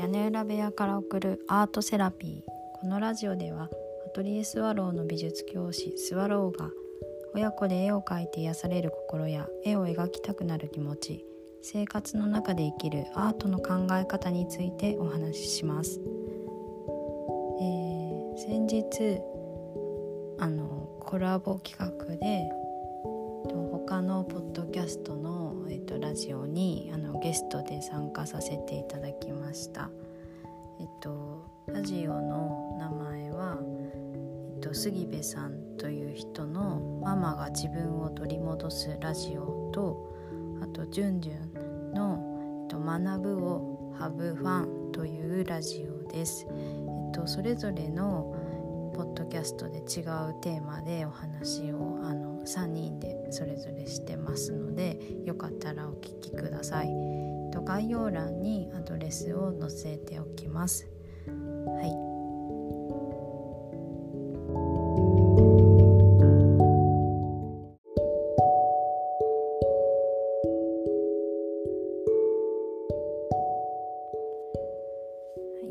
屋根裏部屋から送るアートセラピー。このラジオではアトリエスワローの美術教師スワローが親子で絵を描いて癒される心や絵を描きたくなる気持ち、生活の中で生きるアートの考え方についてお話しします。先日コラボ企画で他のポッドキャストの、ラジオにゲストで参加させていただきました。ラジオの名前は、杉部さんという人のママが自分を取り戻すラジオと、あとじゅんじゅんの、学ぶをハブファンというラジオです。それぞれのポッドキャストで違うテーマでお話を3人でそれぞれしてますので、よかったらお聞きください。概要欄にアドレスを載せておきます。はい、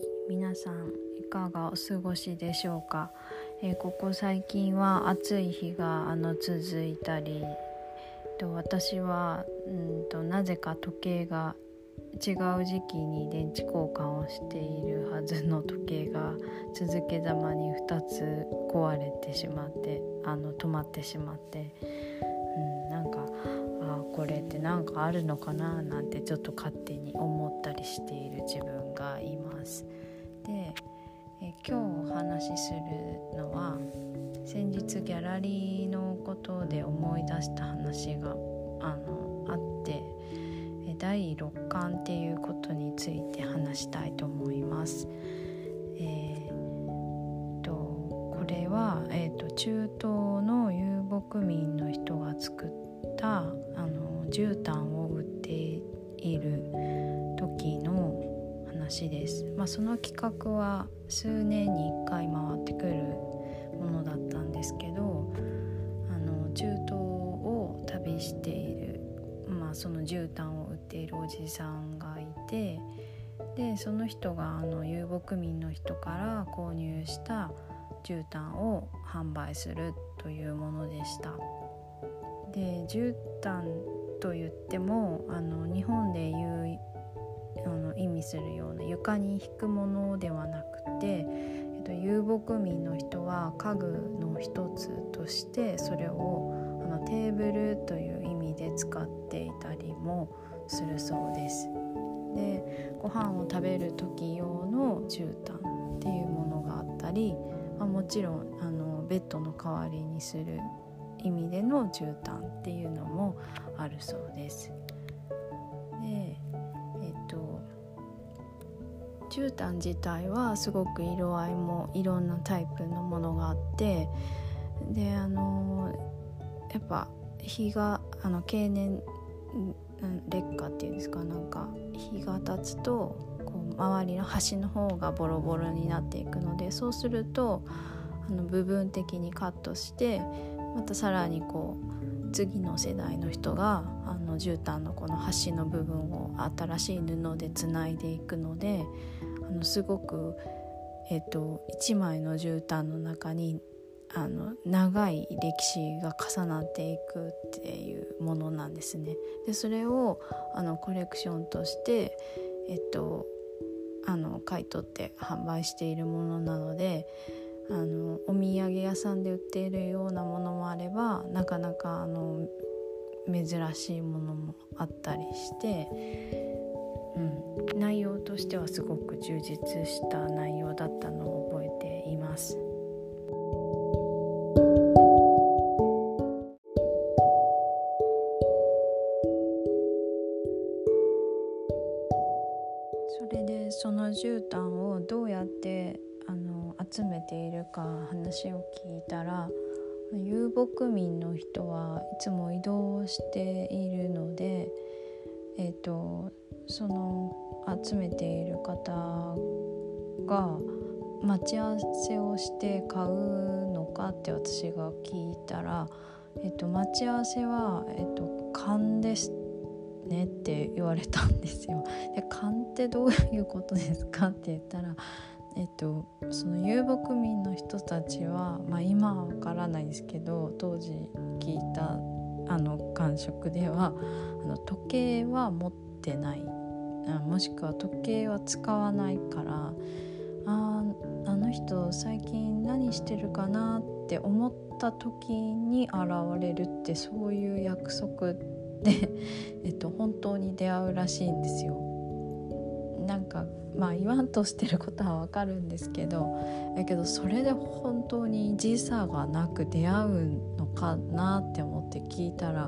皆さんいかがお過ごしでしょうか。ここ最近は暑い日が続いたり、私はなぜか時計が違う時期に電池交換をしているはずの時計が続けざまに2つ壊れてしまって止まってしまって、これってなんかあるのかななんてちょっと勝手に思ったりしている自分がいます。で、今日お話しするのは先日ギャラリーのことで思い出した話があって、第6巻っていうことについて話したいと思います。これは、中東の遊牧民の人が作った絨毯を売っている時の話です。その企画は数年に1回回ってくるものだったんですけど、中東を旅している、その絨毯を売っているおじさんがいて、でその人が遊牧民の人から購入した絨毯を販売するというものでした。で絨毯といっても日本でいう意味するような床に引くものではなくて、遊牧民の人は家具の一つとしてそれをテーブルという意味で使っていたりもするそうです。でご飯を食べる時用の絨毯っていうものがあったり、もちろんベッドの代わりにする意味での絨毯っていうのもあるそうです。で絨毯自体はすごく色合いもいろんなタイプのものがあって、でやっぱ日が経年劣化っていうんですか、日が経つと周りの端の方がボロボロになっていくので、そうすると部分的にカットして、またさらに次の世代の人が絨毯のこの端の部分を新しい布でつないでいくので、すごく、1枚の絨毯の中に長い歴史が重なっていくっていうものなんですね。でそれをコレクションとして買い取って販売しているものなので、お土産屋さんで売っているようなものもあれば、なかなか珍しいものもあったりして、内容としてはすごく充実した内容だったのを覚えています。それでその絨毯をどうやって集めているか話を聞いたら、遊牧民の人はいつも移動しているので、その集めている方が待ち合わせをして買うのかって私が聞いたら、待ち合わせは、勘ですっねって言われたんですよ。で、勘ってどういうことですかって言ったら、その遊牧民の人たちは、今はわからないですけど、当時聞いた感触では時計は持ってない、もしくは時計は使わないから、あの人最近何してるかなって思った時に現れるって、そういう約束で本当に出会うらしいんですよ。なんか言わんとしてることはわかるんですけど、だけどそれで本当に時差がなく出会うのかなって思って聞いたら、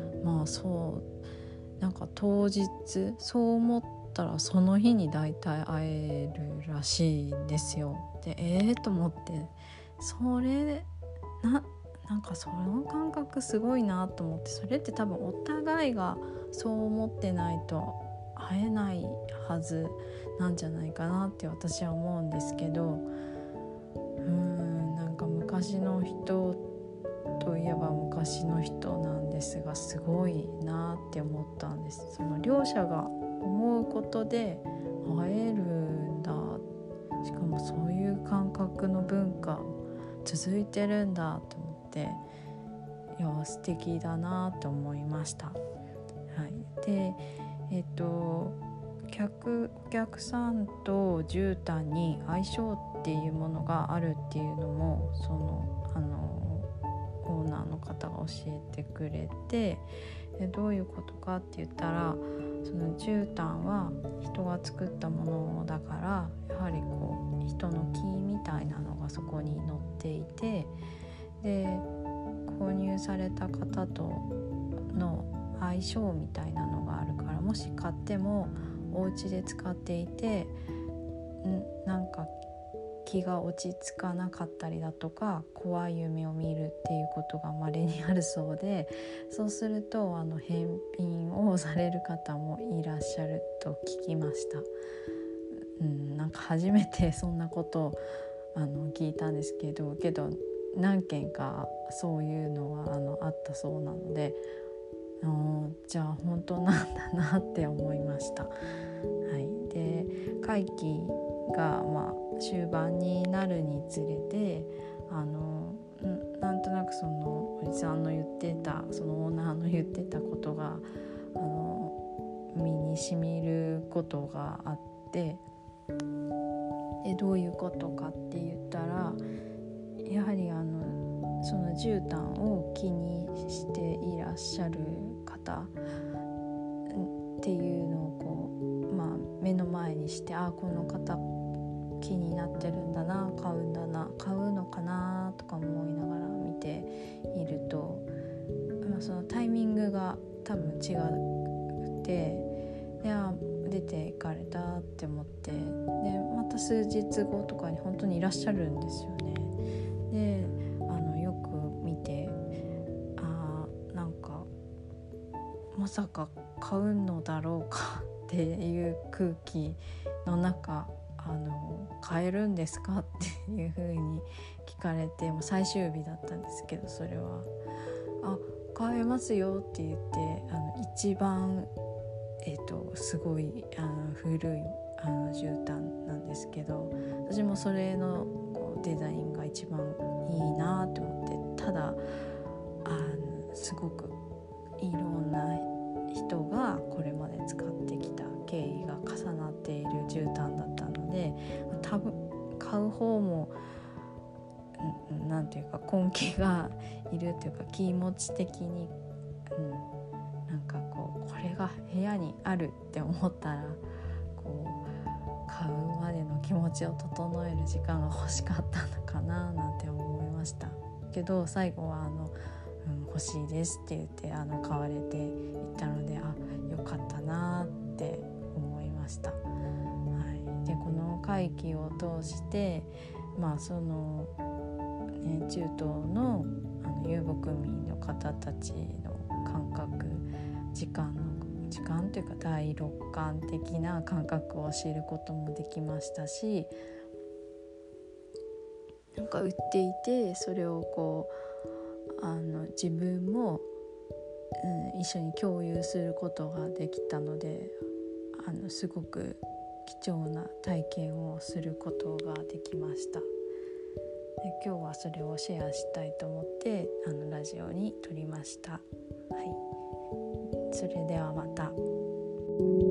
そうなんか当日そう思ったらその日に大体会えるらしいんですよ。でと思って、それなんかその感覚すごいなと思って、それって多分お互いがそう思ってないと会えないはずなんじゃないかなって私は思うんですけど、なんか昔の人といえば昔の人なんですが、すごいなって思ったんです。その両者が思うことで会えるんだ、しかもそういう感覚の文化続いてるんだと思って、いや素敵だなと思いました。でお客さんと絨毯に相性っていうものがあるっていうのも、そのオーナーの方が教えてくれて、どういうことかって言ったら、その絨毯は人が作ったものだから、やはりこう人の気みたいなのがそこに乗っていて、で購入された方との相性みたいなのがあるから、もし買ってもお家で使っていてなんか気が落ち着かなかったりだとか、怖い夢を見るっていうことが稀にあるそうで、そうすると返品をされる方もいらっしゃると聞きました。なんか初めてそんなことを聞いたんですけど何件かそういうのはあったそうなので、じゃあ本当なんだなって思いました。で会期が終盤になるにつれてなんとなくそのおじさんの言ってた、そのオーナーの言ってたことが身に染みることがあって、どういうことかって言ったら、やはりその絨毯を気にしていらっしゃる方っていうのを目の前にして、この方気になってるんだな、買うんだな、買うのかなとか思いながら見ていると、そのタイミングが多分違くて、出て行かれたって思って、でまた数日後とかに本当にいらっしゃるんですよね。でよく見て、なんかまさか買うのだろうかっていう空気の中、買えるんですかっていう風に聞かれて、もう最終日だったんですけど、それは買えますよって言って、一番すごい古い絨毯なんですけど、私もそれのデザインが一番いいなと思って、ただすごくいろんな人がこれまで使ってきた経緯が重なっている絨毯だったので、多分買う方もなんていうか根気がいるというか、気持ち的に、なんかこれが部屋にあるって思ったら買うまでの気持ちを整える時間が欲しかったのかななんて思いましたけど、最後は欲しいですって言って買われていったので、よかったなって思いました。でこの会期を通して、その、中東の遊牧民の方たちの感覚、時間というか第六感的な感覚を知ることもできましたし、なんか売っていてそれを自分も一緒に共有することができたので、すごく貴重な体験をすることができました。で今日はそれをシェアしたいと思ってラジオに撮りました。はい、それではまた。